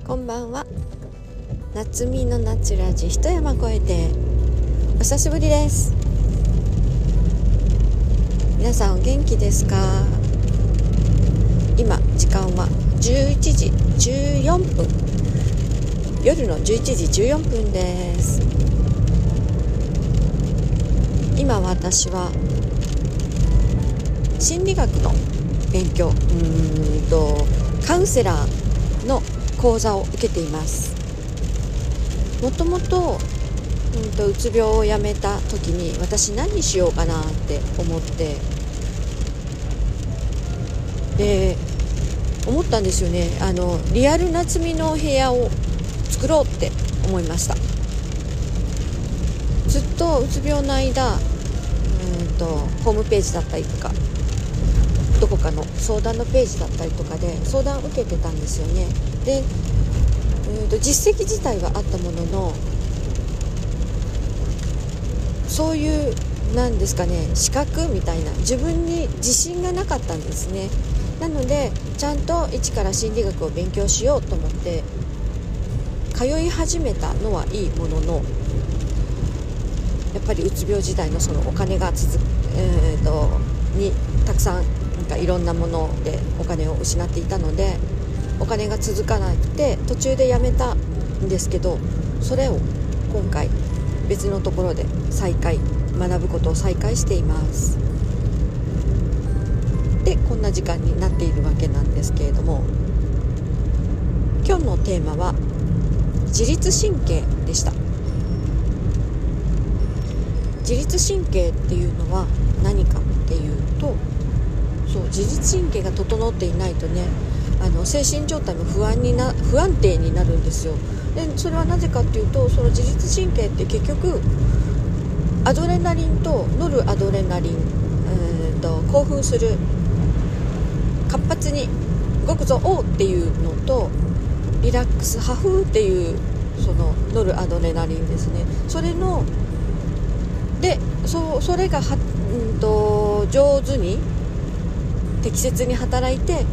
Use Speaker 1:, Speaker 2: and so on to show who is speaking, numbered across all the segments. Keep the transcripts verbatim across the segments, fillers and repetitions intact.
Speaker 1: こんばんは。夏美の夏ラジ一山越えてお久しぶりです。皆さんお元気ですか？今時間はじゅういちじじゅうよんぷん、夜のじゅういちじじゅうよんぷんです。今私は心理学の勉強、うーんとカウンセラーの講座を受けています。もともとうんとうつ病をやめた時に私何しようかなって思ってで思ったんですよね。あのリアル夏美の部屋を作ろうって思いました。ずっとうつ病の間うんとホームページだったりとかどこかの相談のページだったりとかで相談を受けてたんですよね。で、うんと実績自体はあったもののそういうなんですかね資格みたいな自分に自信がなかったんですね。なのでちゃんと一から心理学を勉強しようと思って通い始めたのはいいものの、やっぱりうつ病時代のそのお金が続く、えー、とにたくさんなんかいろんなものでお金を失っていたのでお金が続かなくて途中でやめたんですけど、それを今回別のところで再開学ぶことを再開しています。でこんな時間になっているわけなんですけれども、今日のテーマは自律神経でした。自律神経っていうのは何かっていうと、そう自律神経が整っていないとね、あの精神状態も不安にな不安定になるんですよ。でそれはなぜかっていうと、その自律神経って結局アドレナリンとノルアドレナリン、えー、と興奮する活発に動くぞおうっていうのとリラックスハフっていうそのノルアドレナリンですね。それので そ, それがは、うん、と上手に適切に働いて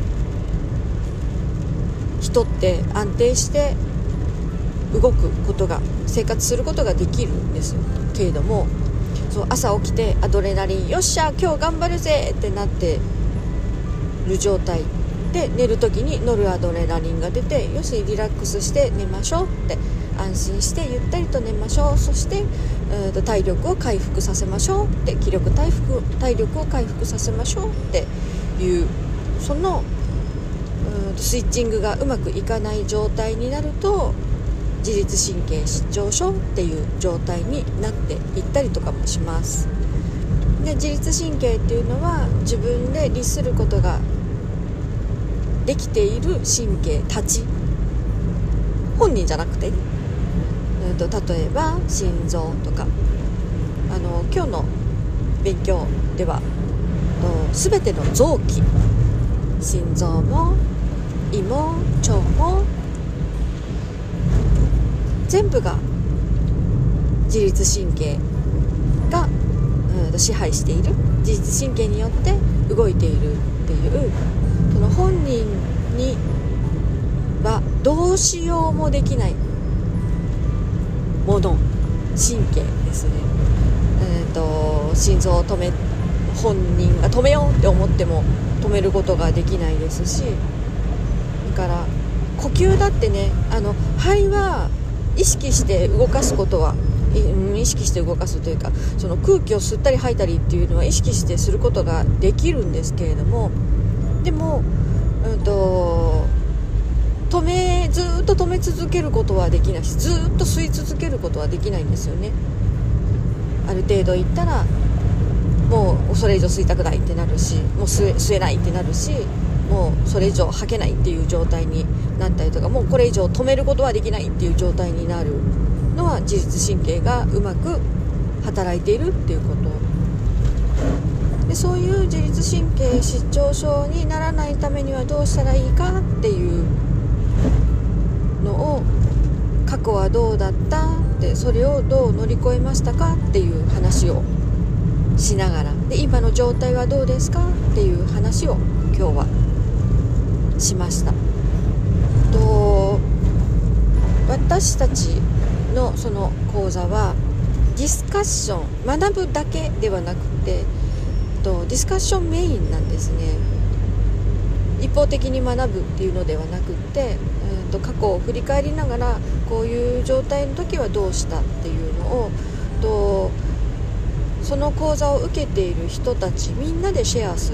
Speaker 1: 人って安定して動くことが生活することができるんですよ。けれどもそう朝起きてアドレナリンよっしゃ今日頑張るぜってなってる状態で、寝るときにノルアドレナリンが出て、よしリラックスして寝ましょうって、安心してゆったりと寝ましょう、そして、えー、と体力を回復させましょうって、気力体復体力を回復させましょうっていう、そのうんスイッチングがうまくいかない状態になると自律神経失調症っていう状態になっていったりとかもします。で自律神経っていうのは自分で律することができている神経たち、本人じゃなくてね、えー、と例えば心臓とか、あの今日の勉強ではすべての臓器、心臓も胃も腸も全部が自律神経が、うん、支配している、自律神経によって動いているっていう、その本人にはどうしようもできないもの、神経ですね。えーと、心臓を止め本人が止めようって思っても止めることができないですし、だから呼吸だってね、あの肺は意識して動かすことは意識して動かすというか、その空気を吸ったり吐いたりっていうのは意識してすることができるんですけれども、でも、うんと、止めずっと止め続けることはできないし、ずっと吸い続けることはできないんですよね。ある程度いったらもうそれ以上吸いたくないってなるし、もう 吸, え吸えないってなるし、もうそれ以上吐けないっていう状態になったりとか、もうこれ以上止めることはできないっていう状態になるのは自律神経がうまく働いているっていうことで、そういう自律神経失調症にならないためにはどうしたらいいかっていうのを、過去はどうだったって、それをどう乗り越えましたかっていう話をしながら、で今の状態はどうですかっていう話を今日はしました。 と私たちのその講座はディスカッション、学ぶだけではなくてとディスカッションメインなんですね。一方的に学ぶっていうのではなくて、えー、と過去を振り返りながらこういう状態の時はどうしたっていうのをとその講座を受けている人たちみんなでシェアする。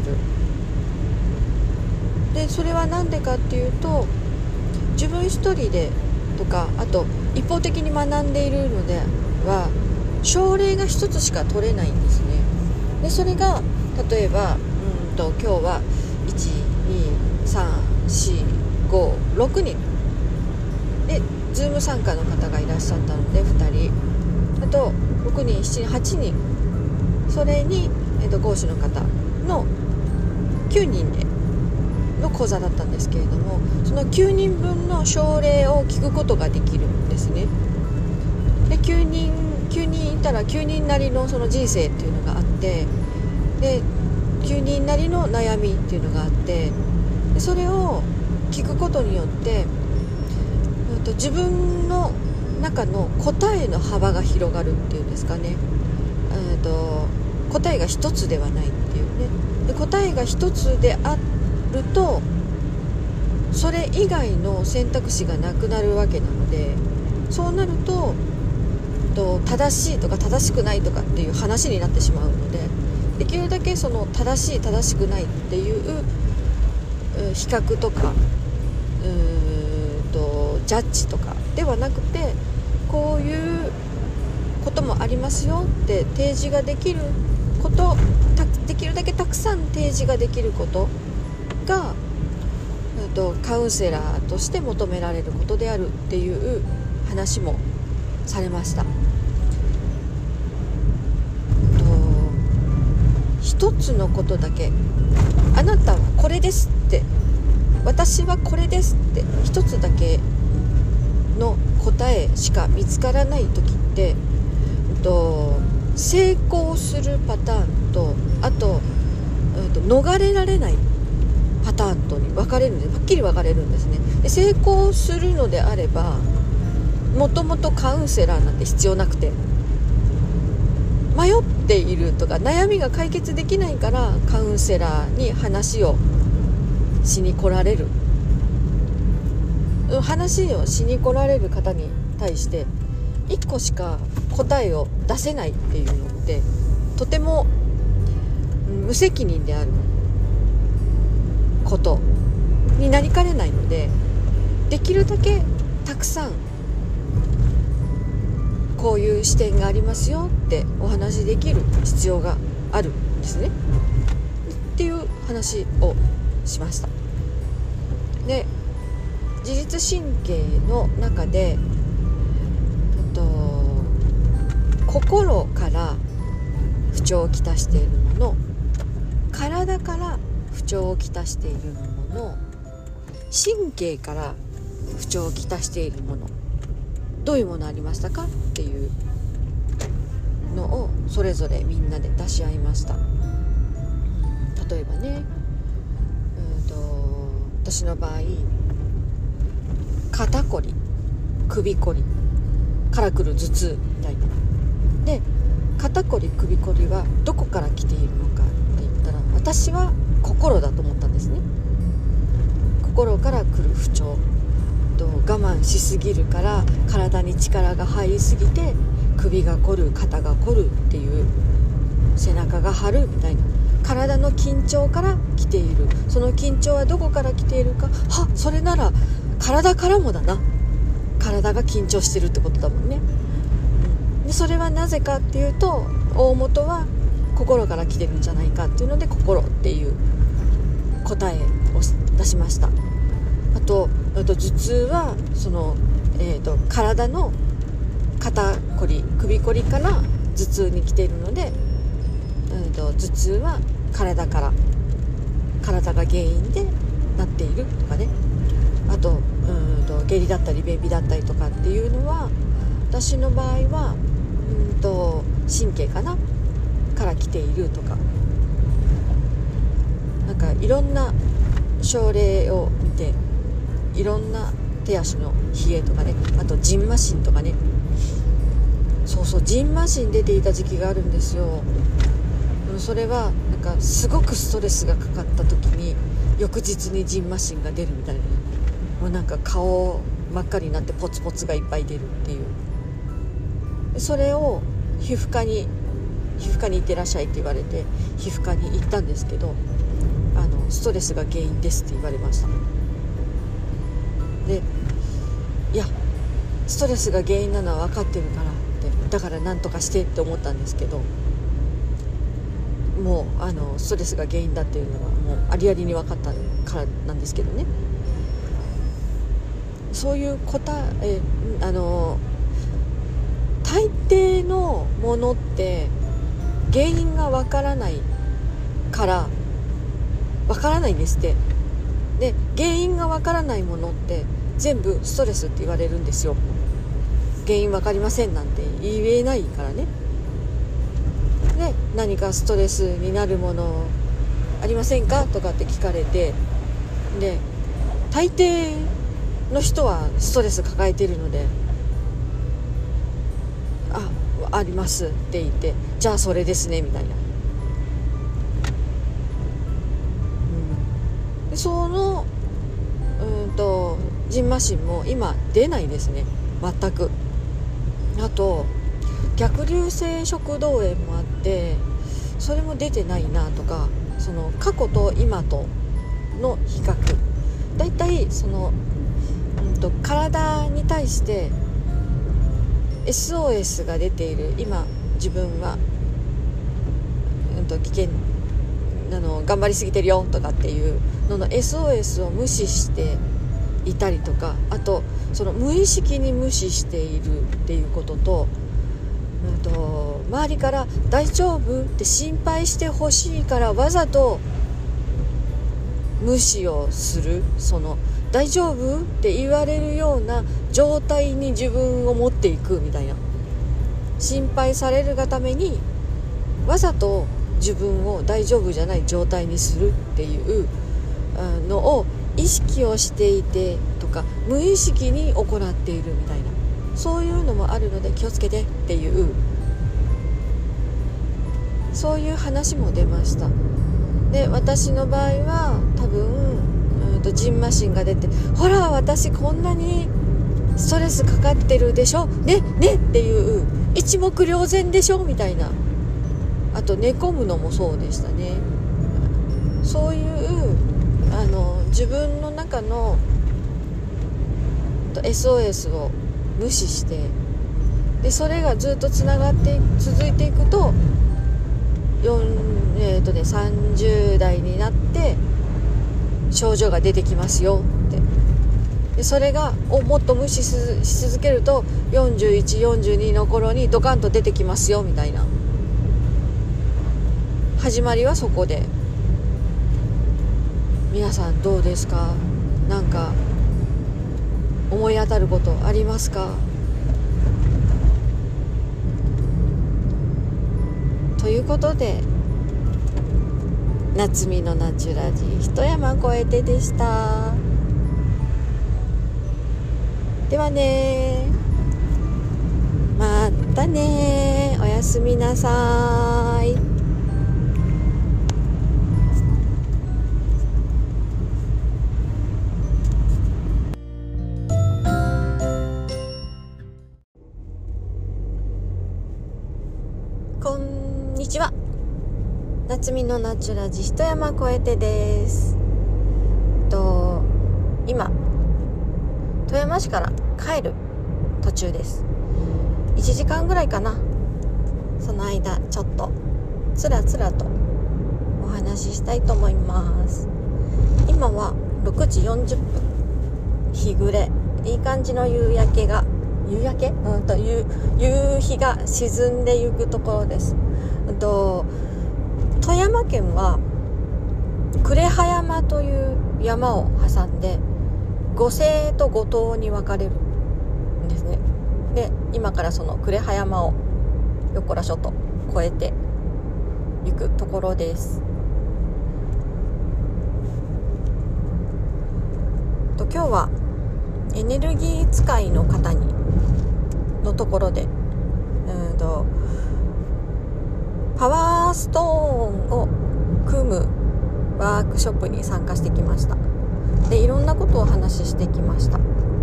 Speaker 1: でそれは何でかっていうと、自分一人でとか、あと一方的に学んでいるのでは症例が一つしか取れないんですね。でそれが例えばうんと今日はいち、に、さん、し、ご、ろくにんでズーム参加の方がいらっしゃったのでふたり、あとろくにん、しちにん、はちにん、それに、えー、と講師の方のきゅうにんでの講座だったんですけれども、そのきゅうにんぶんの症例を聞くことができるんですね。できゅうにんきゅうにんいたらきゅうにんなりのその人生っていうのがあって、できゅうにんなりの悩みっていうのがあって、でそれを聞くことによって、うん、と自分の中の答えの幅が広がるっていうんですかね。うんと答えが一つではないっていうね。で答えが一つであるとそれ以外の選択肢がなくなるわけなので、そうなるとと正しいとか正しくないとかっていう話になってしまうので、できるだけその正しい正しくないっていう比較とかうーんとジャッジとかではなくて、こういうこともありますよって提示ができること、できるだけたくさん提示ができることがとカウンセラーとして求められることであるっていう話もされました。一つのことだけ、あなたはこれですって、私はこれですって一つだけの答えしか見つからない時って、と成功するパターンと、あと、うん、と逃れられないパターンとに分かれるんです。はっきり分かれるんですね。で成功するのであればもともとカウンセラーなんて必要なくて、迷っているとか悩みが解決できないからカウンセラーに話をしに来られる、話をしに来られる方に対していっこしか答えを出せないっていうのってとても無責任であることになりかねないので、できるだけたくさんこういう視点がありますよってお話しできる必要があるんですねっていう話をしました。で自律神経の中で、えっと、心から不調をきたしているもの、体から不調をきたしているもの、神経から不調をきたしているもの、どういうものありましたかっていうのをそれぞれみんなで出し合いました。例えばね、うんと私の場合肩こり、首こりから来る頭痛みたいな。で肩こり首こりはどこから来ているのかって言ったら、私は心だと思ったんですね。心から来る不調と、我慢しすぎるから体に力が入りすぎて首が凝る、肩が凝るっていう、背中が張るみたいな、体の緊張から来ている。その緊張はどこから来ているか、はそれなら体からもだな、体が緊張してるってことだもんね。でそれはなぜかっていうと、大元は心から来てるんじゃないかっていうので、心っていう答えを出しました。あと、あと頭痛はその、えーと、体の肩こり、首こりから頭痛に来ているので、えーと、頭痛は体から、体が原因でなっているとかね。あと、うんと下痢だったり便秘だったりとかっていうのは、私の場合はうんと神経かなから来ているとか、なんかいろんな症例を見て、いろんな手足の冷えとかね、あとジンマシンとかね、そうそうジンマシン出ていた時期があるんですよ。それはなんかすごくストレスがかかった時に翌日にジンマシンが出るみたいな、もうなんか顔真っ赤になってポツポツがいっぱい出るっていう、それを皮膚科に皮膚科に行ってらっしゃいって言われて皮膚科に行ったんですけど、あのストレスが原因ですって言われました。で、いやストレスが原因なのは分かってるからって、だから何とかしてって思ったんですけど、もうあのストレスが原因だっていうのはもうありありに分かったからなんですけどね。そういう答え、あの大抵のものって原因が分からないから分からないんですって。で、原因が分からないものって全部ストレスって言われるんですよ。原因分かりませんなんて言えないからね。で、何かストレスになるものありませんかとかって聞かれて、で大抵の人はストレス抱えているので、あ、ありますって言って、じゃあそれですねみたいな、うん、でそのうんとジンマシンも今出ないですね、全く。あと逆流性食道炎もあって、それも出てないなとか、その過去と今との比較、だいたいその、うん、と体に対して エスオーエス が出ている、今自分は、うん、と危険あの頑張りすぎてるよとかっていうのの エスオーエス を無視していたりとか、あとその無意識に無視しているっていうことと、うんと周りから大丈夫って心配してほしいからわざと無視をする、その大丈夫って言われるような状態に自分を持っていくみたいな、心配されるがためにわざと自分を大丈夫じゃない状態にするっていうのを意識をしていてとか無意識に行っているみたいな、そういうのもあるので気をつけてっていう、そういう話も出ました。で、私の場合は多分うんとジンマシンが出て、ほら私こんなにストレスかかってるでしょねねっていう、一目瞭然でしょみたいな、あと寝込むのもそうでしたね。そういうあの自分の中の エスオーエス を無視して、でそれがずっとつながって続いていくと、よんえーとね、さんじゅう代になって症状が出てきますよって、でそれがをもっと無視し続けるとよんじゅういち、よんじゅうにの頃にドカンと出てきますよみたいな、始まりはそこで。皆さんどうですか？なんか思い当たることありますか？ということで、夏美のナチュラジ一山越えてでした。ではね、またね、おやすみなさい。こんにちは。夏美のナチュラジ一山越えてです。と今富山市から帰る途中です。いちじかんぐらいかな。その間ちょっとつらつらとお話ししたいと思います。今はろくじよんじゅっぷん、日暮れ、いい感じの夕焼けが夕焼け、うんと 夕, 夕日が沈んでいくところです。うんと富山県は呉羽山という山を挟んで五西と五島に分かれるんですね。で、今からその呉羽山をよっこらしょと越えていくところです。と今日はエネルギー使いの方にのところでうんとパワーストーンを組むワークショップに参加してきました。でいろんなことをお話ししてきました。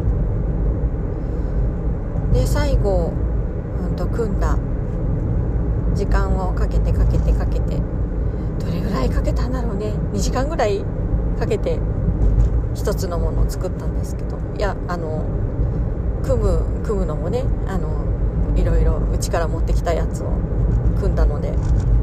Speaker 1: で最後、うん、と組んだ時間をかけてかけてかけてどれぐらいかけたんだろうね。にじかんぐらいかけて一つのものを作ったんですけど、いやあの組む組むのもね、あのいろいろうちから持ってきたやつを組んだので、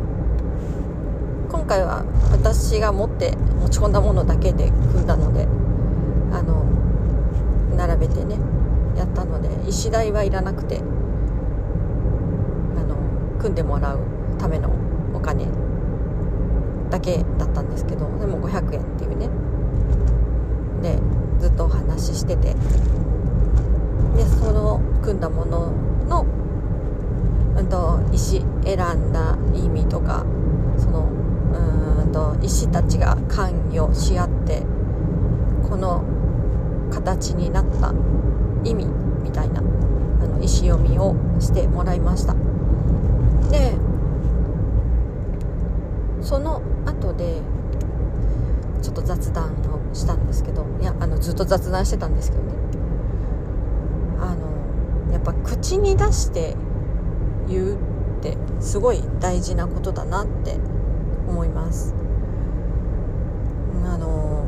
Speaker 1: 今回は私が持って持ち込んだものだけで組んだので、あの並べてねやったので石代はいらなくて、あの組んでもらうためのお金だけだったんですけど、でもごひゃくえんっていうねでずっとお話ししてて、でその組んだものの、うん、と石選んだ意味とか、そのうんと石たちが関与し合ってこの形になった意味みたいなあの石読みをしてもらいました。でその後でちょっと雑談をしたんですけど、いやあのずっと雑談してたんですけどね、あのやっぱ口に出して言うってすごい大事なことだなって思います。あの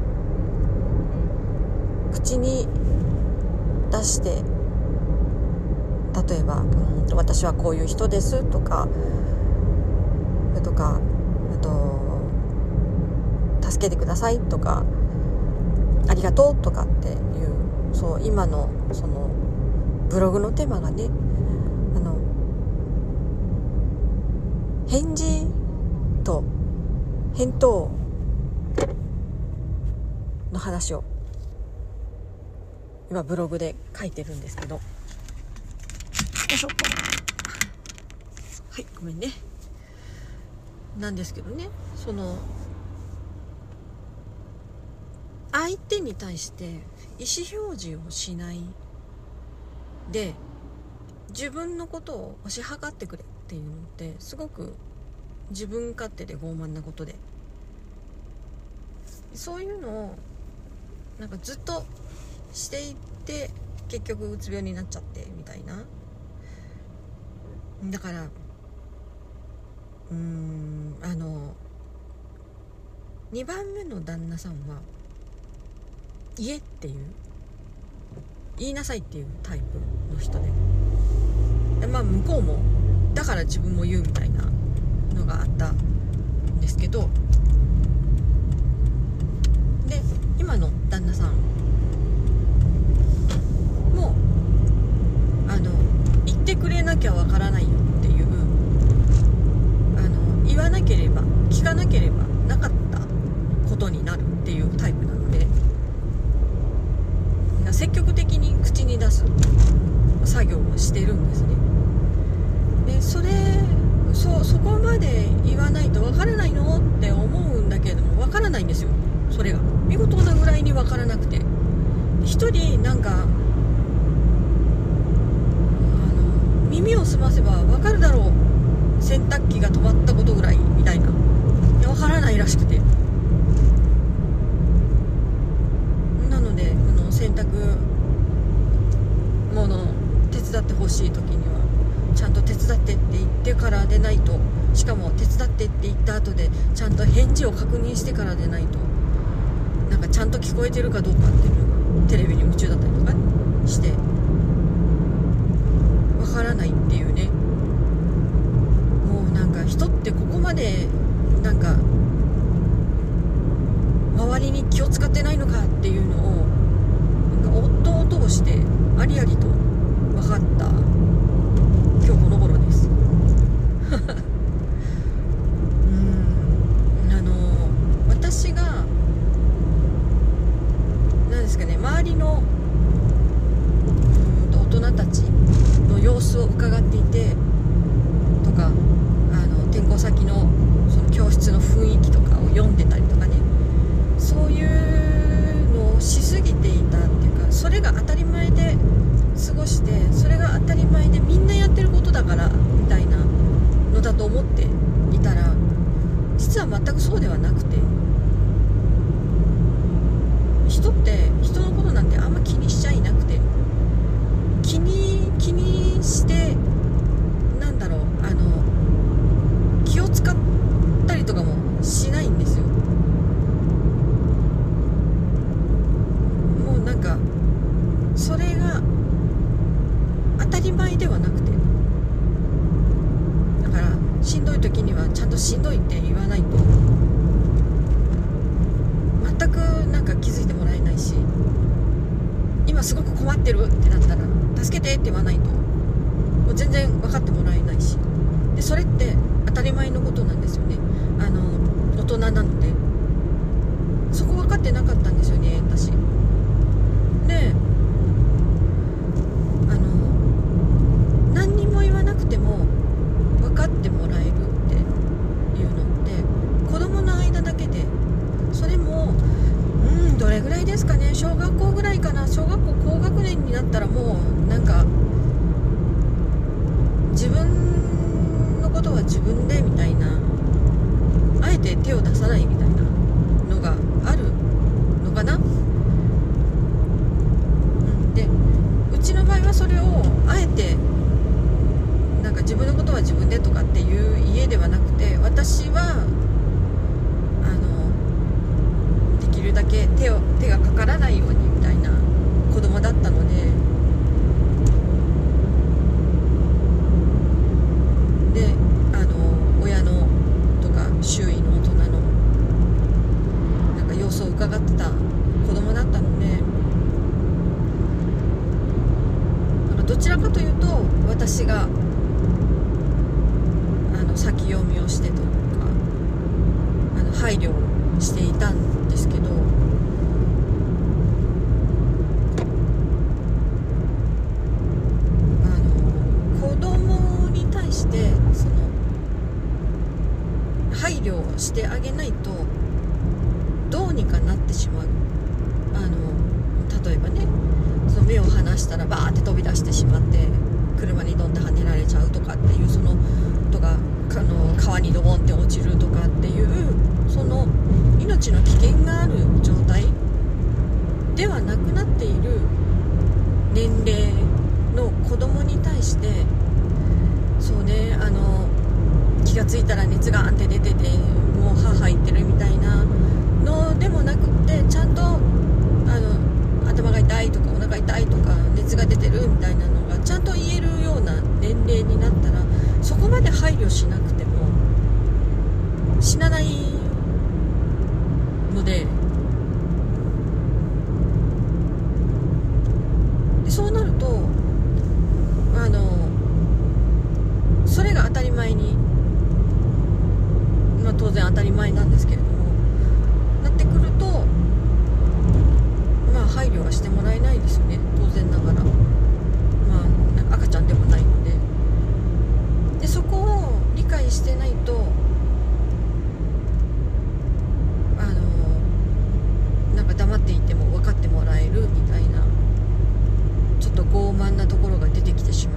Speaker 1: 口に出して例えば、うん、私はこういう人ですとかとかあと助けてくださいとかありがとうとかっていう、そう今のそのブログのテーマがね、あの返事と返答の話を今ブログで書いてるんですけど、よいしょ、はいごめんね、なんですけどね、その相手に対して意思表示をしないで自分のことを推し量ってくれっていうのってすごく自分勝手で傲慢なことで、そういうのをなんかずっとしていって結局うつ病になっちゃってみたいな。だからうーんあのにばんめの旦那さんは言えっていう言いなさいっていうタイプの人で、でまあ向こうもだから自分も言うみたいなのがあったんですけど、で今の旦那さんもあの言ってくれなきゃわからないよっていう、あの言わなければ聞かなければなかったことになるっていうタイプなので、積極的に口に出す作業をしてるんですね。でそれ そ, そこまで言わないとわからないのって思うんだけれども、わからないんですよ。それが見事なぐらいにわからなくて、一人なんかあの耳を澄ませばわかるだろう、洗濯機が止まったことぐらいみたいな、わからないらしくて、なのでこの洗濯物手伝ってほしい時にはちゃんと手伝ってって言ってからでないと、しかも手伝ってって言った後でちゃんと返事を確認してからでないと、なんかちゃんと聞こえてるかどうかっていうのがテレビに夢中だったりとかしてわからないっていうね。もうなんか人ってここまでなんか周りに気を使ってないのかっていうのをなんか夫を通してありありと分かった今日この頃ですうーんあの私が何ですかね、周りのうんと大人たちの様子を伺っていてとか、あの転校先のその教室の雰は全くそうではなくて、人って人のことなんてあんま気にしちゃいなくて、気に気にしてなんだろうあの気を使ったりとかもしないんですよ。もうなんかそれが当たり前ではなくて、だからしんどい時にはちゃんとしんどいって言わないと全くなんか気づいてもらえないし、今すごく困ってるってなったら助けてって言わないともう全然分かってもらえないし、でそれって当たり前のことなんですよね。あの大人なのでそこ分かってなかったんですよね、私。であの何にも言わなくても分かってもらえるっていうのって子供の間だけで、それもうんどれぐらいですかね、小学校ぐらいかな。小学校高学年になったらもうなんか自分のことは自分でみたいな、あえて手を出さないみたいなのがあるのかな、うん、でうちの場合はそれをあえてなんか自分のことは自分でとかっていう家ではなくて、私はあのできるだけ手を手がかからないようにみたいな子供だったので、であの親のとか周囲の大人のなんか様子を伺ってた子供だったので、なんかどちらかというと私があの先読みをしてというかあの配慮をしていたんですけど、あの子供に対してその配慮をしてあげないとどうにかなってしまう。あの例えばね、その目を離したらバーって飛び出してしまって車にどんで跳ねられちゃうとかっていう、そのとかあの川にドボンって落ちるとかっていう、その命の危険がある状態ではなくなっている年齢の子供に対して、そうね、あの気がついたら熱があんって出ててもう歯入ってるみたいなのでもなくって、ちゃんとあの頭が痛いとかお腹痛いとか熱が出てるみたいなのがちゃんと言えるような年齢になったら、そこまで配慮しなくても死なないので、でそうなるとあのそれが当たり前に、まあ、当然当たり前なんですけれどもなってくると、まあ配慮はしてもらえないですよね、当然ながら。まあなんか赤ちゃんでもないので、でそこを理解してないとあのなんか黙っていても分かってもらえるみたいな、ちょっと傲慢なところが出てきてしま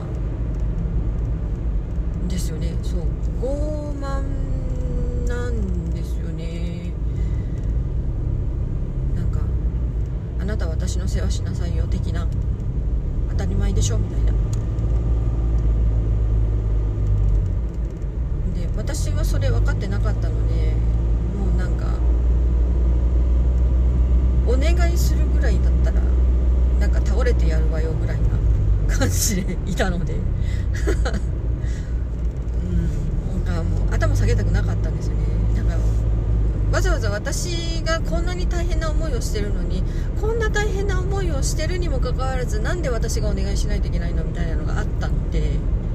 Speaker 1: うんですよね。そう傲慢なんですよね。なんかあなたは私の世話しなさいよ的な、当たり前でしょみたいな。で私はそれ分かってなかったので、もうなんかお願いするぐらいだったらなんか倒れてやるわよぐらいな感じでいたのでうん、なんかもう頭下げたくなかったんですよね。なんかわざわざ私がこんなに大変な思いをしてるのに、こんな大変な思いをしてるにもかかわらずなんで私がお願いしないといけないのみたいなのがあったので、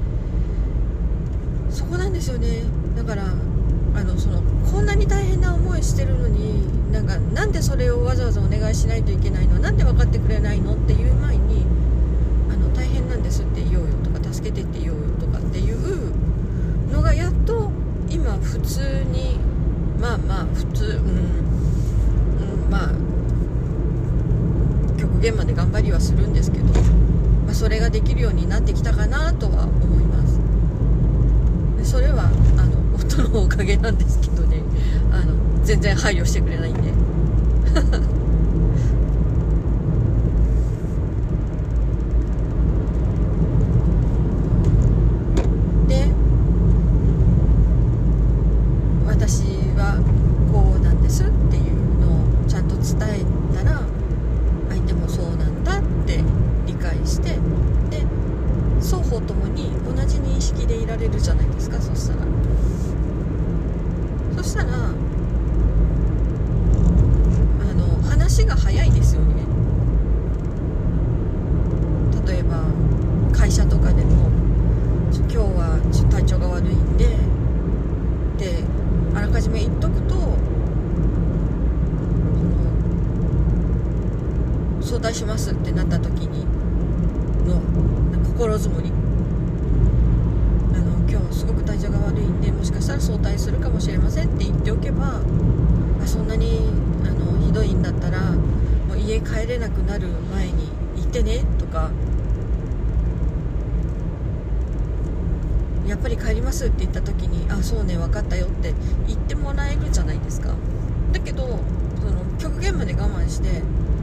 Speaker 1: そこなんですよね。だからあのそのこんなに大変な思いしてるのになんかなんでそれをわざわざお願いしないといけないの、なんで分かってくれないのっていう前に、あの大変なんですって言おうよとか助けてって言おうよとかっていうのがやっと今普通に、まあまあ普通、うん、うん、まあ極限まで頑張りはするんですけど、まあ、それができるようになってきたかなとは思います。でそれはあの夫のおかげなんですけどね、 全然配慮してくれないんでで私はこうなんですっていうのをちゃんと伝えたら相手もそうなんだって理解して、で双方ともに同じ認識でいられるじゃないですか。そしたらそしたらあの話が早いですよね。例えば会社とかでも今日はちょっと体調が悪いんでであらかじめ言っとくと、その早退しますってなった時にの心づもり、あの今日すごく体調が悪いんでもしかしたら早退するかもしれませんって言っておけば、あそんなにあのひどいんだったらもう家帰れなくなる前に行ってねとか、やっぱり帰りますって言った時にあそうね分かったよって言ってもらえるじゃないですか。だけどその極限まで我慢して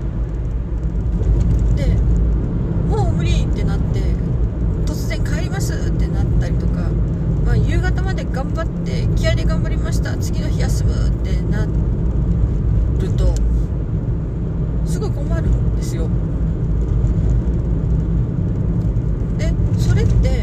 Speaker 1: でもう無理ってなって突然帰りますってなったりとか、まあ、夕方まで頑張って気合で頑張りました次の日休むってなるとすごい困るんですよ。でそれって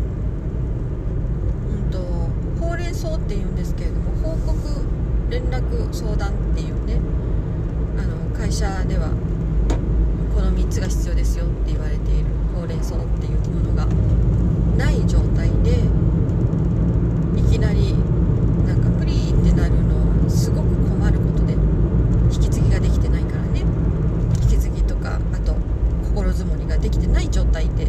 Speaker 1: うんとほうれん草っていうんですけれども、報告連絡相談っていうね、あの会社ではこのみっつが必要ですよって言われているほうれん草っていうものがない状態でいきなりなんかプリーってなるのはすごく困ることで、引き継ぎができてないからね、引き継ぎとかあと心づもりができてない状態で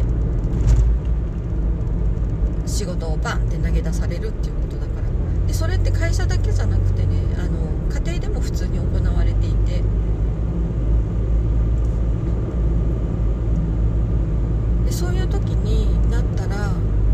Speaker 1: 仕事をバンって投げ出されるっていうことだから。でそれって会社だけじゃなくてね、あの家庭でも普通に行われていて、でそういう時になったら、まあ、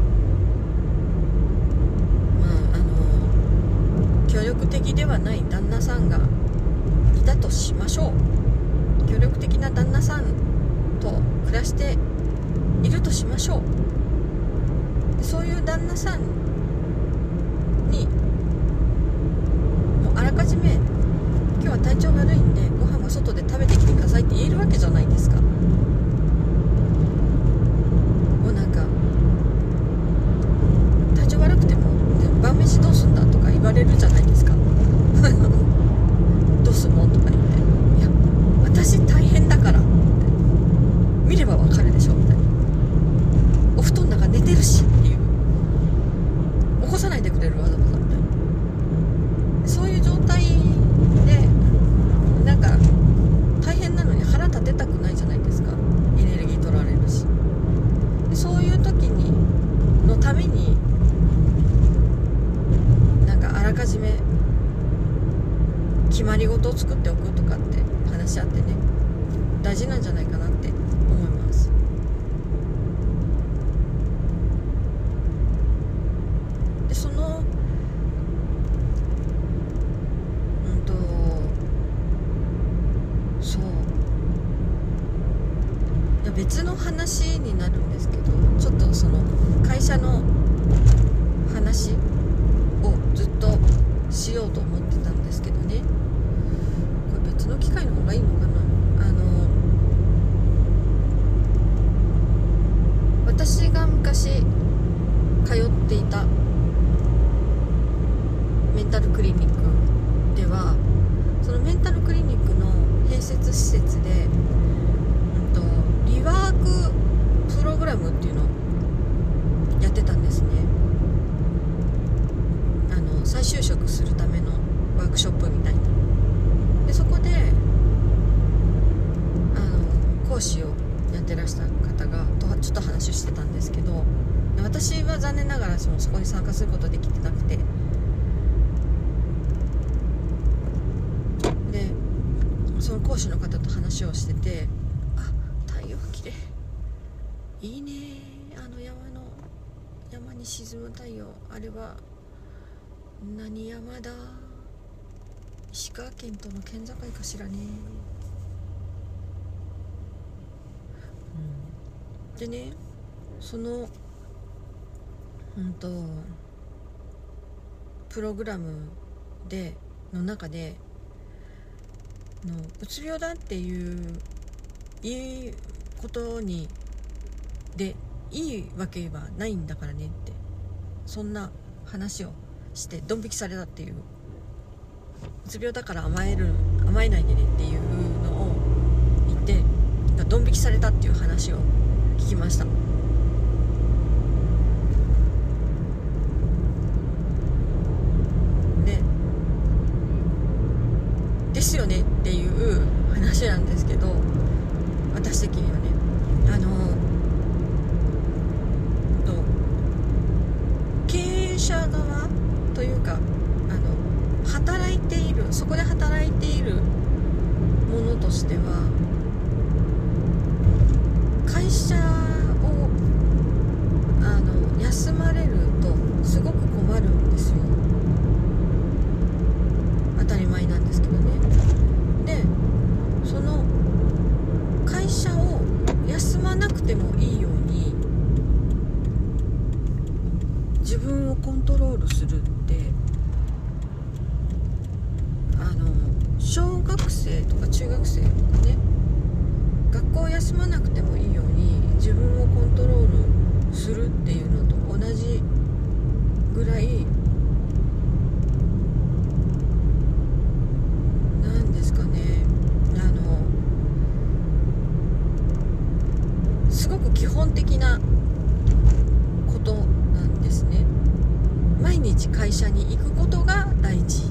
Speaker 1: あの協力的ではない旦那さんがいたとしましょう。協力的な旦那さんと暮らしているとしましょう。そういう旦那さんにもうあらかじめ今日は体調悪いんでご飯は外で食べてきてくださいって言えるわけじゃないですか。もうなんか体調悪くても晩飯どうすんだとか言われるじゃないですかどうすんのとか言って、いや私大変だからって見ればわかるでしょみたいな、お布団の中寝てるしっていう、起こさないでくれるわざわざみたいな、そういう状態でなんか大変なのに腹立てたくないじゃないですか。エネルギー取られるし。でそういう時にのためになんかあらかじめ決まり事を作っておくとかって話し合ってね、大事なんじゃないかなって思います。でそのうんとそういや別の話になるんですけど、ちょっとその会社の話をずっとしようと思ってたんですけどね、これ別の機会の方がいいのかな。あの私が昔通っていたメンタルクリニックでは、そのメンタルクリニックの併設施設で、うんと、リワークプログラムっていうのをやってたんですね。あの再就職するためのワークショップみたいな。でそこであの講師をやってらした方がとちょっと話をしてたんですけど、私は残念ながらそのそこに参加することできてなくて、でその講師の方と話をしてて、あ、太陽が綺麗、いいね、あの山の山に沈む太陽、あれは何山だ、 石川県との県境かしらね、うん、でね、そのうんとプログラムでの中でのうつ病だっていういいことにでいいわけはないんだからねって、そんな話をしてドン引きされたっていう、うつ病だから甘える甘えないでねっていうのを言ってドン引きされたっていう話を聞きました。でですよねっていう話なんですけど、私的にはね、あの経営者側というか、あの働いているそこで働いているものとしては、会社をあの休まれるとすごく困るんですよ。当たり前なんですけどね。でその会社を休まなくてもいいように自分をコントロールするって、あの小学生とか中学生とかね、学校を休まなくてもいいように自分をコントロールするっていうのと同じぐらい、なんですかね、あのすごく基本的なことなんですね。毎日会社に行くことが大事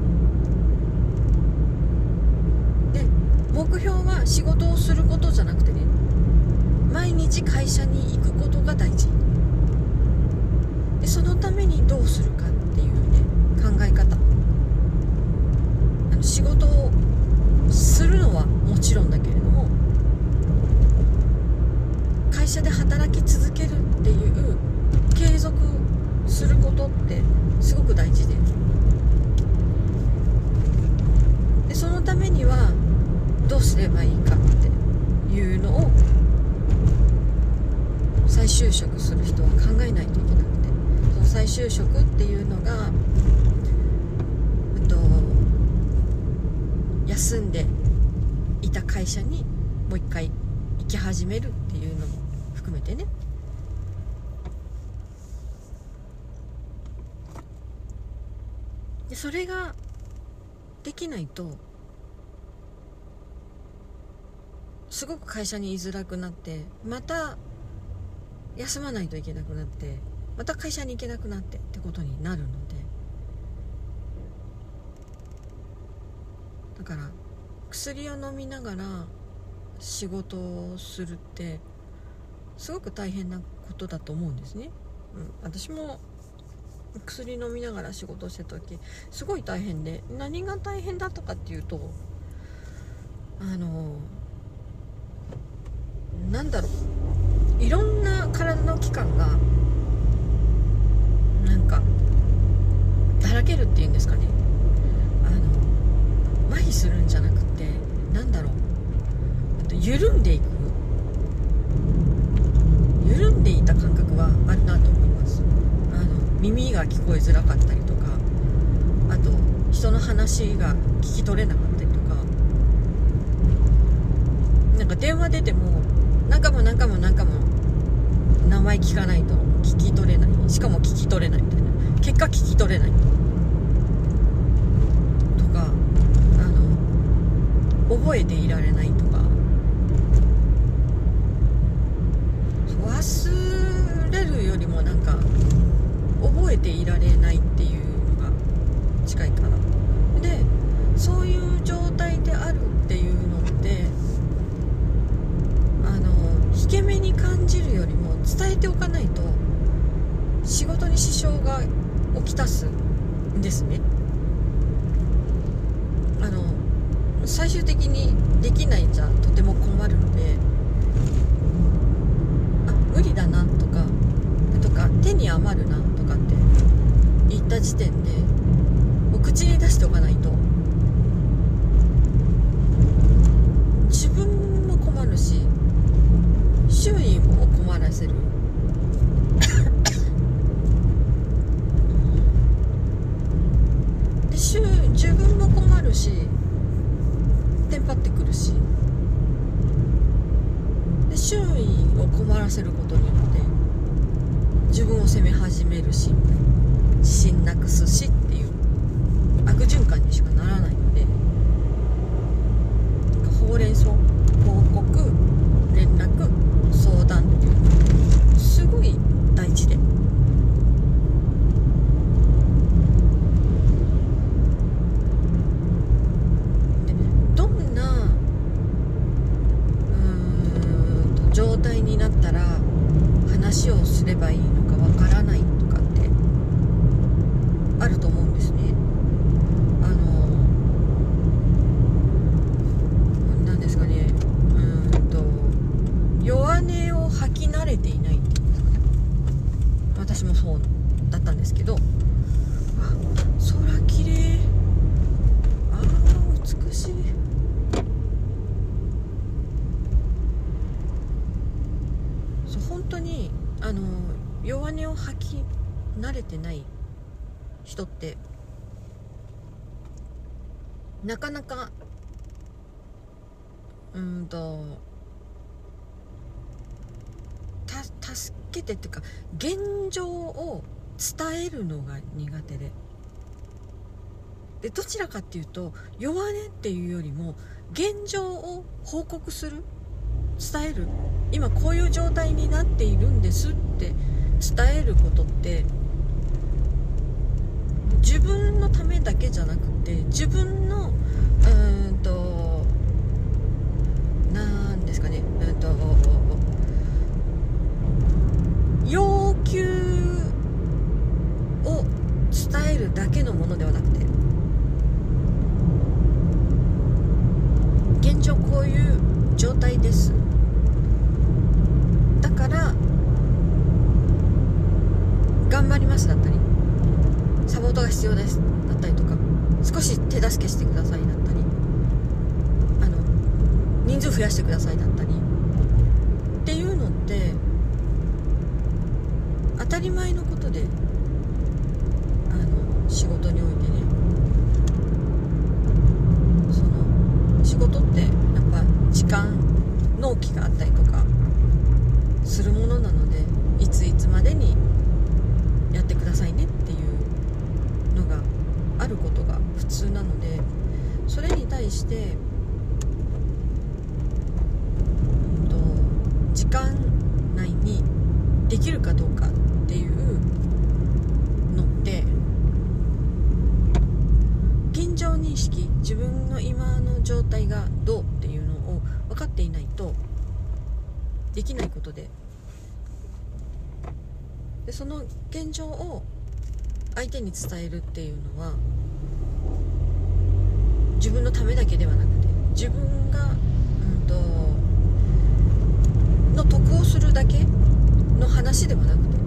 Speaker 1: で、目標は仕事をすることじゃなくてね、毎日会社に行くことが大事で、そのためにどうするかっていうね、考え方、あの仕事をするのはもちろんだけれども、会社で働き続けるっていう継続することってすごく大事で、でそのためにはどうすればいいかっていうのを再就職する人は考えないといけなくて、その再就職っていうのが、うんと、休んでいた会社にもう一回行き始めるっていうのも含めてね、でそれができないとすごく会社に居づらくなって、また休まないといけなくなって、また会社に行けなくなってってことになるので、だから薬を飲みながら仕事をするってすごく大変なことだと思うんですね、うん、私も薬飲みながら仕事してた時すごい大変で、何が大変だとかっていうと、あのなんだろう、いろんな体の器官がなんかだらけるっていうんですかね、あの麻痺するんじゃなくて、なんだろう、緩んでいく緩んでいた感覚はあるなと思います。あの耳が聞こえづらかったりとか、あと人の話が聞き取れなかったりとか、なんか電話出ても何回も何回も何回も名前聞かないと聞き取れない、しかも聞き取れないみたいな、結果聞き取れないとか、あの覚えていられないとか、忘れるよりもなんか覚えていられないっていうのが近いかな。でそういう状態であるっていうのってあの引け目に感じるよりも伝えておかないと仕事に支障が起きたすんですね。あの最終的にできないじゃとても困るので、あ無理だなとかとか手に余るなとかって言った時点でもう口に出しておかないとるし、で周囲を困らせることによって自分を責め始めるし、自信なくすしっていう悪循環にしかならないので、ほうれん草、報告、連絡、相談っていうすごい大事で、どんなうーんと状態になったら話をすればいいのかわからないとかってあると思うんですね。あのなんですかね、うーんと弱音を吐き慣れていないっていうんですかね。私もそうだったんですけど、あ、空きれい、あー美しい、そう本当にあの弱音を吐き慣れてない人ってなかなかうーんとた助けてっていうか現状を伝えるのが苦手で、でどちらかっていうと弱音っていうよりも現状を報告する、伝える、今こういう状態になっているんですって伝えることって自分のためだけじゃなくて自分のうーんとなんですかね、うーんと要求を伝えるだけのものではなくて、現状こういう状態です、だから頑張りますだったり、サポートが必要ですだったりとか、少し手助けしてくださいだったり、あの人数増やしてくださいだったりっていうのって当たり前のことで、あの仕事においてね、その仕事ってやっぱ時間納期があったりとかするものなので、いついつまでにやってくださいねっていうのがあることが普通なので、それに対して、うんと、時間内にできるかどうかっていうのって現状認識、自分の今の状態がどうっていうのを分かっていないとできないことで、でその現状を相手に伝えるっていうのは自分のためだけではなくて、自分が、うんと、の得をするだけの話ではなくて、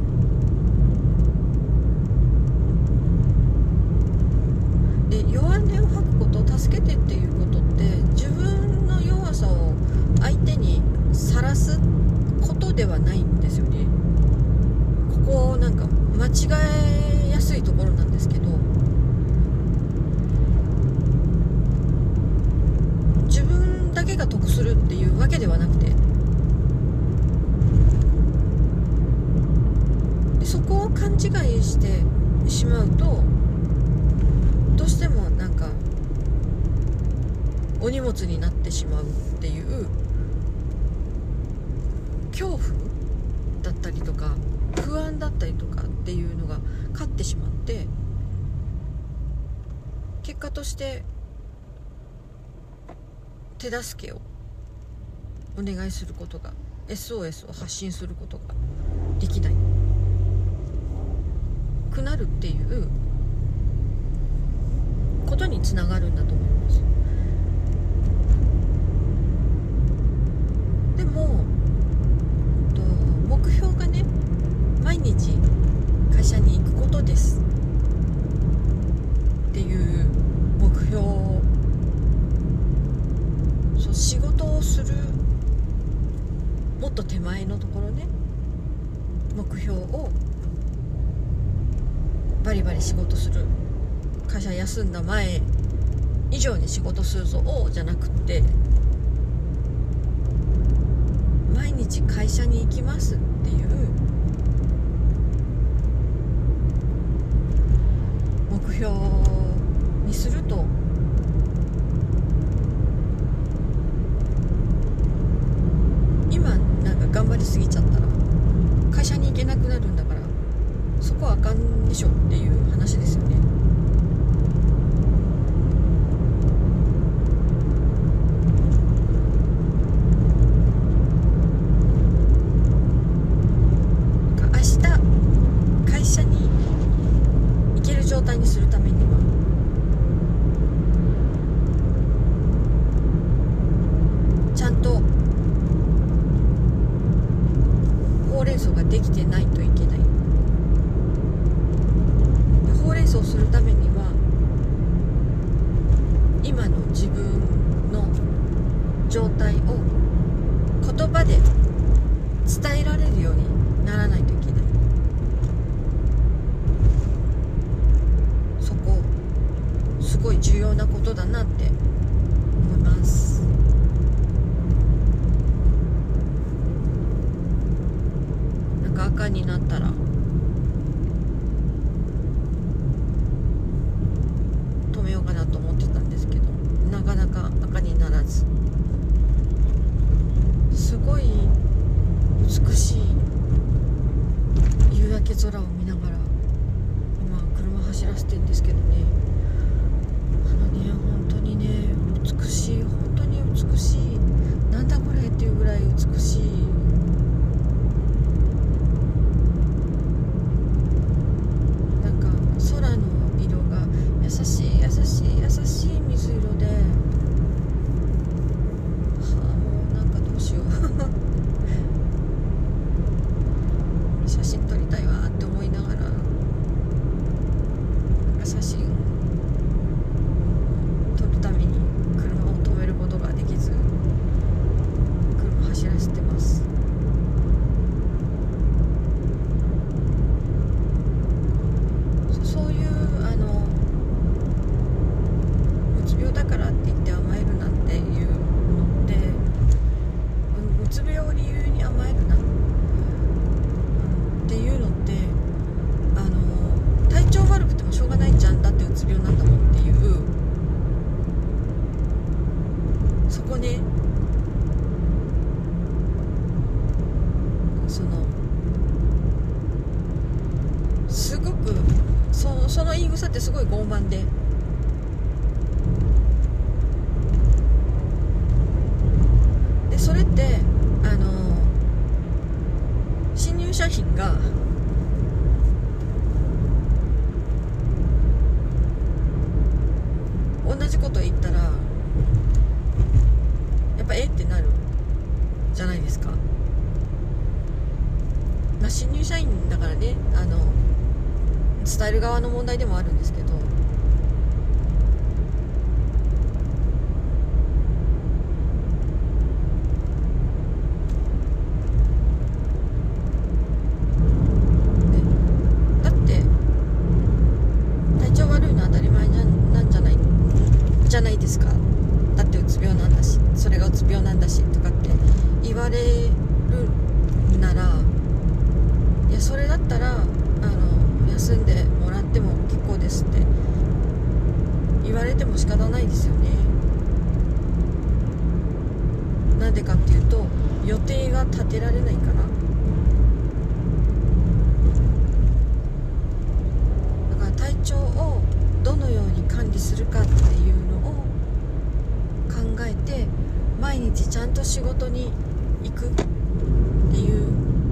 Speaker 1: で弱音を吐くこと、助けてっていうことって自分の弱さを相手にさらすことではないんですよね。ここなんか間違えやすいところなんですけど、自分だけが得するっていうわけではなくて、でそこを勘違いしてしまうと、どうしてもなんかお荷物になってしまうっていう恐怖だったりとか不安だったりとかっていうのが勝ってしまって、結果として手助けをお願いすることが、 エスオーエス を発信することができないくなるっていうことにつながるんだと思います。でも目標がね、毎日会社に行くことですっていう目標、そう仕事をするもっと手前のところね、目標をバリバリ仕事する、会社休んだ前以上に仕事するぞじゃなくって、 毎日会社に行きますっていう目標にすると、今なんか頑張りすぎちゃったら会社に行けなくなるんだから、そこはあかんでしょっていう話ですよね。明日会社に行ける状態にするためには、ちゃんとほうれん草ができてないといけない。ほうれん草をするためには今の自分の状態を言葉で伝えられるようにならないといけない。そこすごい重要なことだなって思います。なんか赤になったら止めようかなと思ってたんですけど、なかなか赤にならず、すごい美しい夕焼け空を見ながら今車走らせてるんですけどね、あのね本当にね美しい、本当に美しい、なんだこれっていうぐらい美しい。なんか空の色が優しい優しい優しい水色で、はあもうなんかどうしよう写真撮りたいわって思いながら、なんか写真撮るために車を止めることができず車走らせてます。そそういうあのうつ病だからって言って甘えるなっていうのって、うつ病を理由に甘えるなっていうのって、あの体調悪くてもしょうがないじゃん、だってうつ病なんだもんっていう、そこね、そのすごくそ, その言い草ってすごい傲慢で、でそれってあの新入社員が同じこと言ったらやっぱえってなるじゃないですか。まあ、新入社員だからね、あの伝える側の問題でもあるんですけど、だって体調悪いの当たり前じゃなんじゃないじゃないですか。だってうつ病なんだし、それがうつ病なんだしとかって言われるなら、いやそれだったらあの休んでもらっても結構ですって言われても仕方ないですよね。なんでかっていうと予定が立てられないから。だから体調をどのように管理するかっていうのを考えて、毎日ちゃんと仕事に行くっていう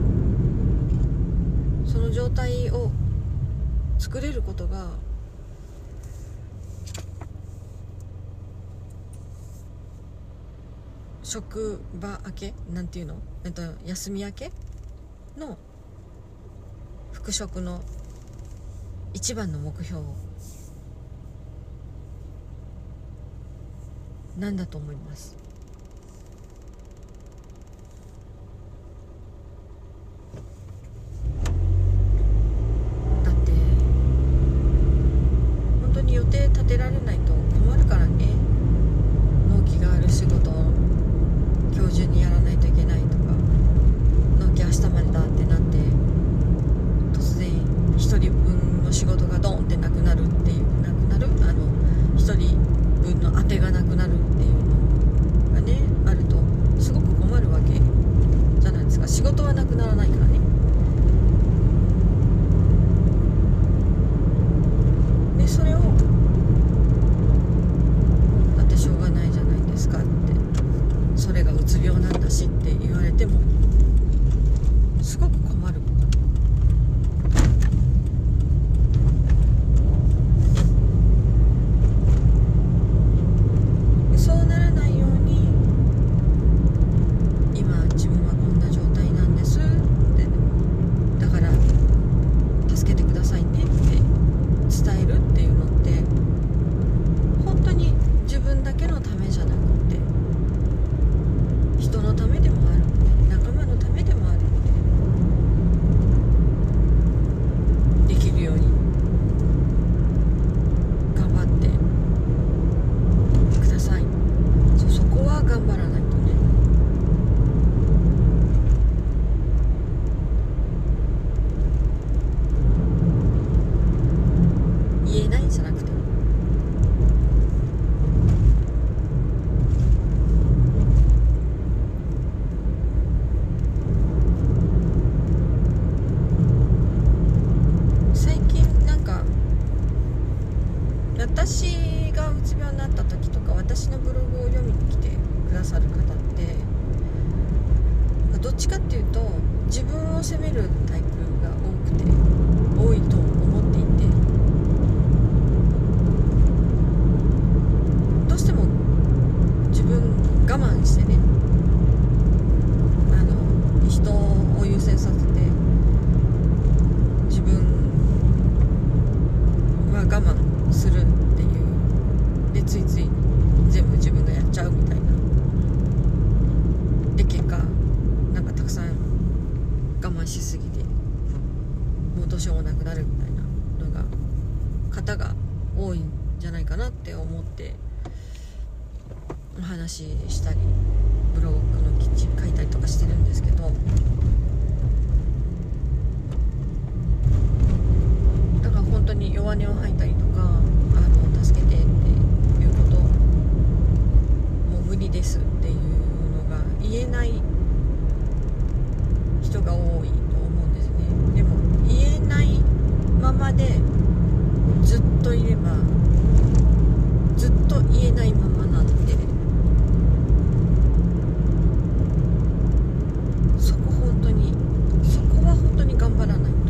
Speaker 1: その状態を作れることが職場明けなんていうの、えっと、休み明けの復職の一番の目標なんだと思います。だって本当に予定立てられないと困るからね。納期がある仕事を今日中にやらないといけないとか、 なくなるっていうのがねあるとすごく困るわけじゃないですか。仕事はなくならないからね。でそれをだってしょうがないじゃないですかって、それがうつ病なんだしって言われてもすごく困ること。そうならないように今自分はこんな状態なんですって、だから助けてくださいねって伝えるっていうのって本当に自分だけのためじゃなくて人のためでもあるので、仲間のためでもあるので、できるように頑張ってください。 そ, そこは頑張らないとね。言えないんじゃなくて最近なんか私がうつ病になった時とか私のブログを読みに来てくださる方ってどっちかっていうと自分を責めるタイプが多くて多いと思っていて、どうしても自分我慢してね、あの人を優先させて自分は我慢するっていうでついつい全部自分がやっちゃうみたいなで結果なんかたくさん我慢しすぎてもうどうしようもなくなるみたいなのが方が多いんじゃないかなって思ってお話ししたりブログの記事書いたりとかしてるんですけど、だから本当に弱音を吐いたりとかあの助けてっていうこともう無理ですっていうのが言えない人が多いと思うんですね。でも言えないままでずっといればずっと言えないままなんで、そこ本当にそこは本当に頑張らないと。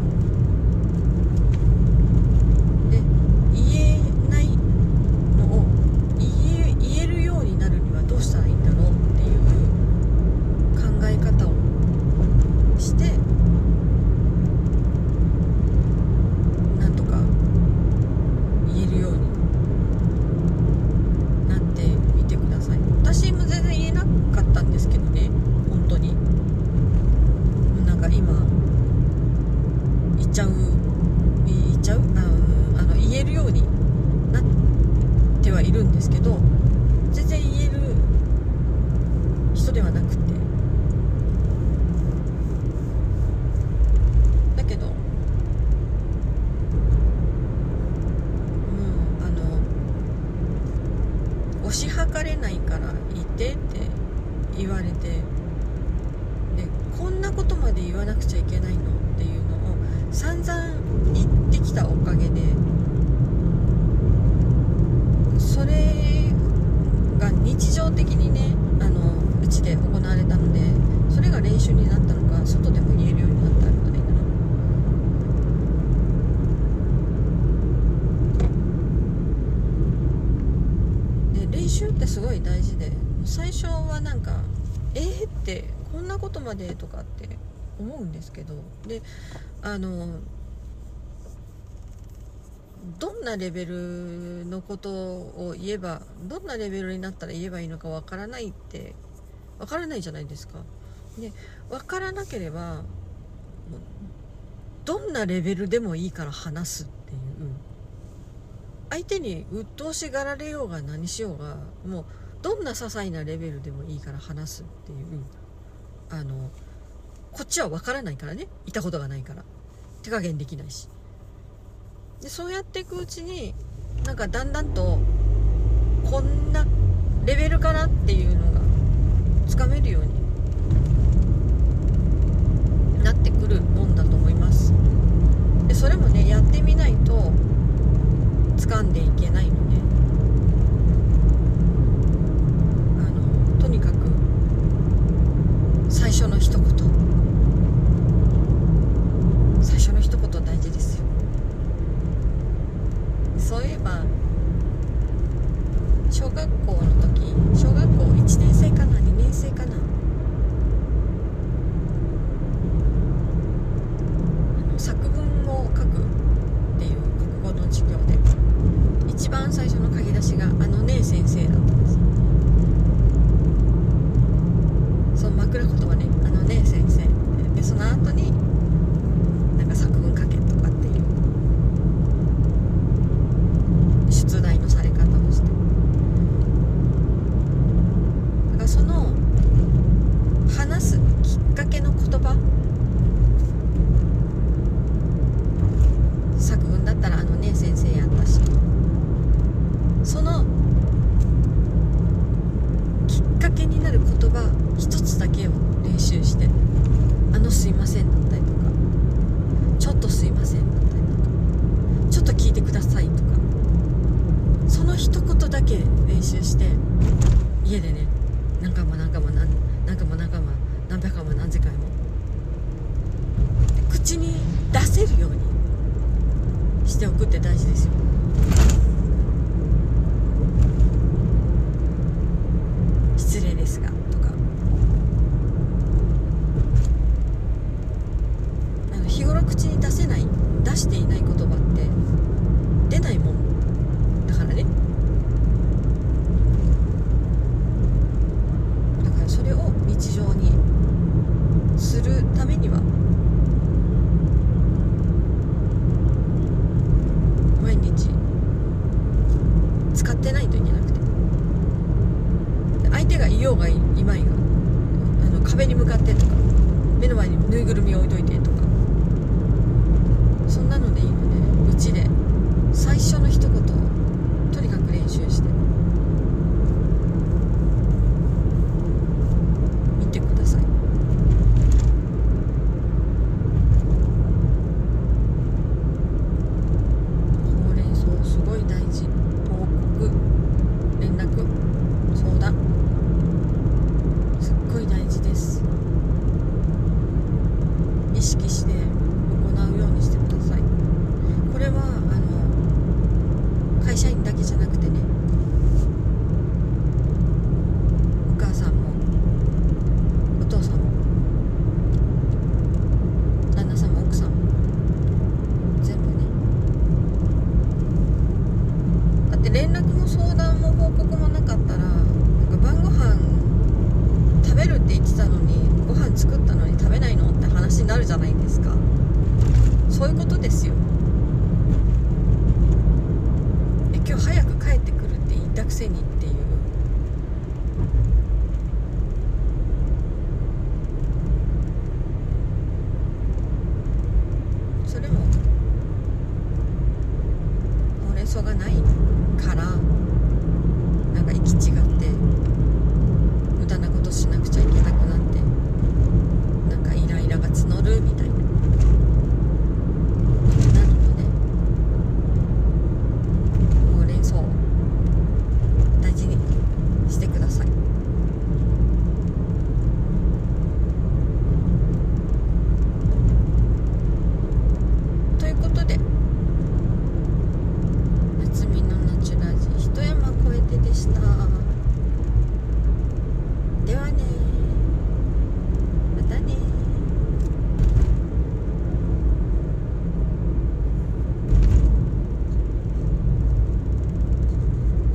Speaker 1: で言えないのを言え、言えるようになるにはどうしたらいいんだろうっていう考え方をしてなんとか言えるようになってみてください。私も全然言えなかったんですけどね、本当になんか今言っちゃう言っちゃうあの言えるようになってはいるんですけど全然言える人ではなくて、だけどもうあの推し量れないからいてって言われて、でこんなことまで言わなくちゃいけないのっていうのを散々言ってきたおかげでそれが日常的にねあのうちで行われたので、それが練習になったのか外でも言えるようになったみたいな。で練習ってすごい大事で、最初はなんかえーってこんなことまでとかって思うんですけど、であのどんなレベルのことを言えばどんなレベルになったら言えばいいのかわからないってわからないじゃないですか。でわからなければもうどんなレベルでもいいから話すっていう、相手に鬱陶しがられようが何しようがもうどんな些細なレベルでもいいから話すっていう、あのこっちはわからないからね、いたことがないから手加減できないし、でそうやっていくうちになんかだんだんとこんなっていうのがつかめるようになってくるもんだと思います。でそれもねやってみないと掴んでいけないので、あのとにかく最初の一言最初の一言大事ですよ。そういえば小学校の時小学校いちねん生かなにねん生かな、あの作文を書くっていう国語の授業で一番最初の書き出しがあのね先生だったんです。その枕言葉ね、あのね先生で、その後になんか作文書けとかっていう出題のされ方をして、だからその話すきっかけの言葉、作文だったらあのね先生やったし、そのきっかけになる言葉一つだけを練習して、あのすいませんだったりとか、ちょっとすいませんだったりとか、ちょっと聞いてくださいとか、その一言だけ練習して家でね何回も何回も何何回も何回も何百回も何千回も口に出せるようにしておくって大事ですよ。失礼ですがとか、あの日頃口に出せない出していない言葉って出ないもんだからね。だからそれを日常にするためには毎日使ってないといけなくて、相手がいようがいまいが、あの壁に向かってとか目の前にぬいぐるみを置いといてとか、そんなのでいいので、うちで最初の一言をとにかく練習してみてください。ほうれん草すごい大事。報告、連絡、相談、すっごい大事です。意識して行うようにしてください。これはあの会社員だけじゃなくてね、お母さんもお父さんも旦那さんも奥さんも全部ね。だって連絡も相談も報告もなかったら、なんか晩ご飯食べるって言ってたのにご飯作ったのに食べないのって話になるじゃないですか。そういうことですよ。え今日早く帰ってくるって言ったくせにっていう、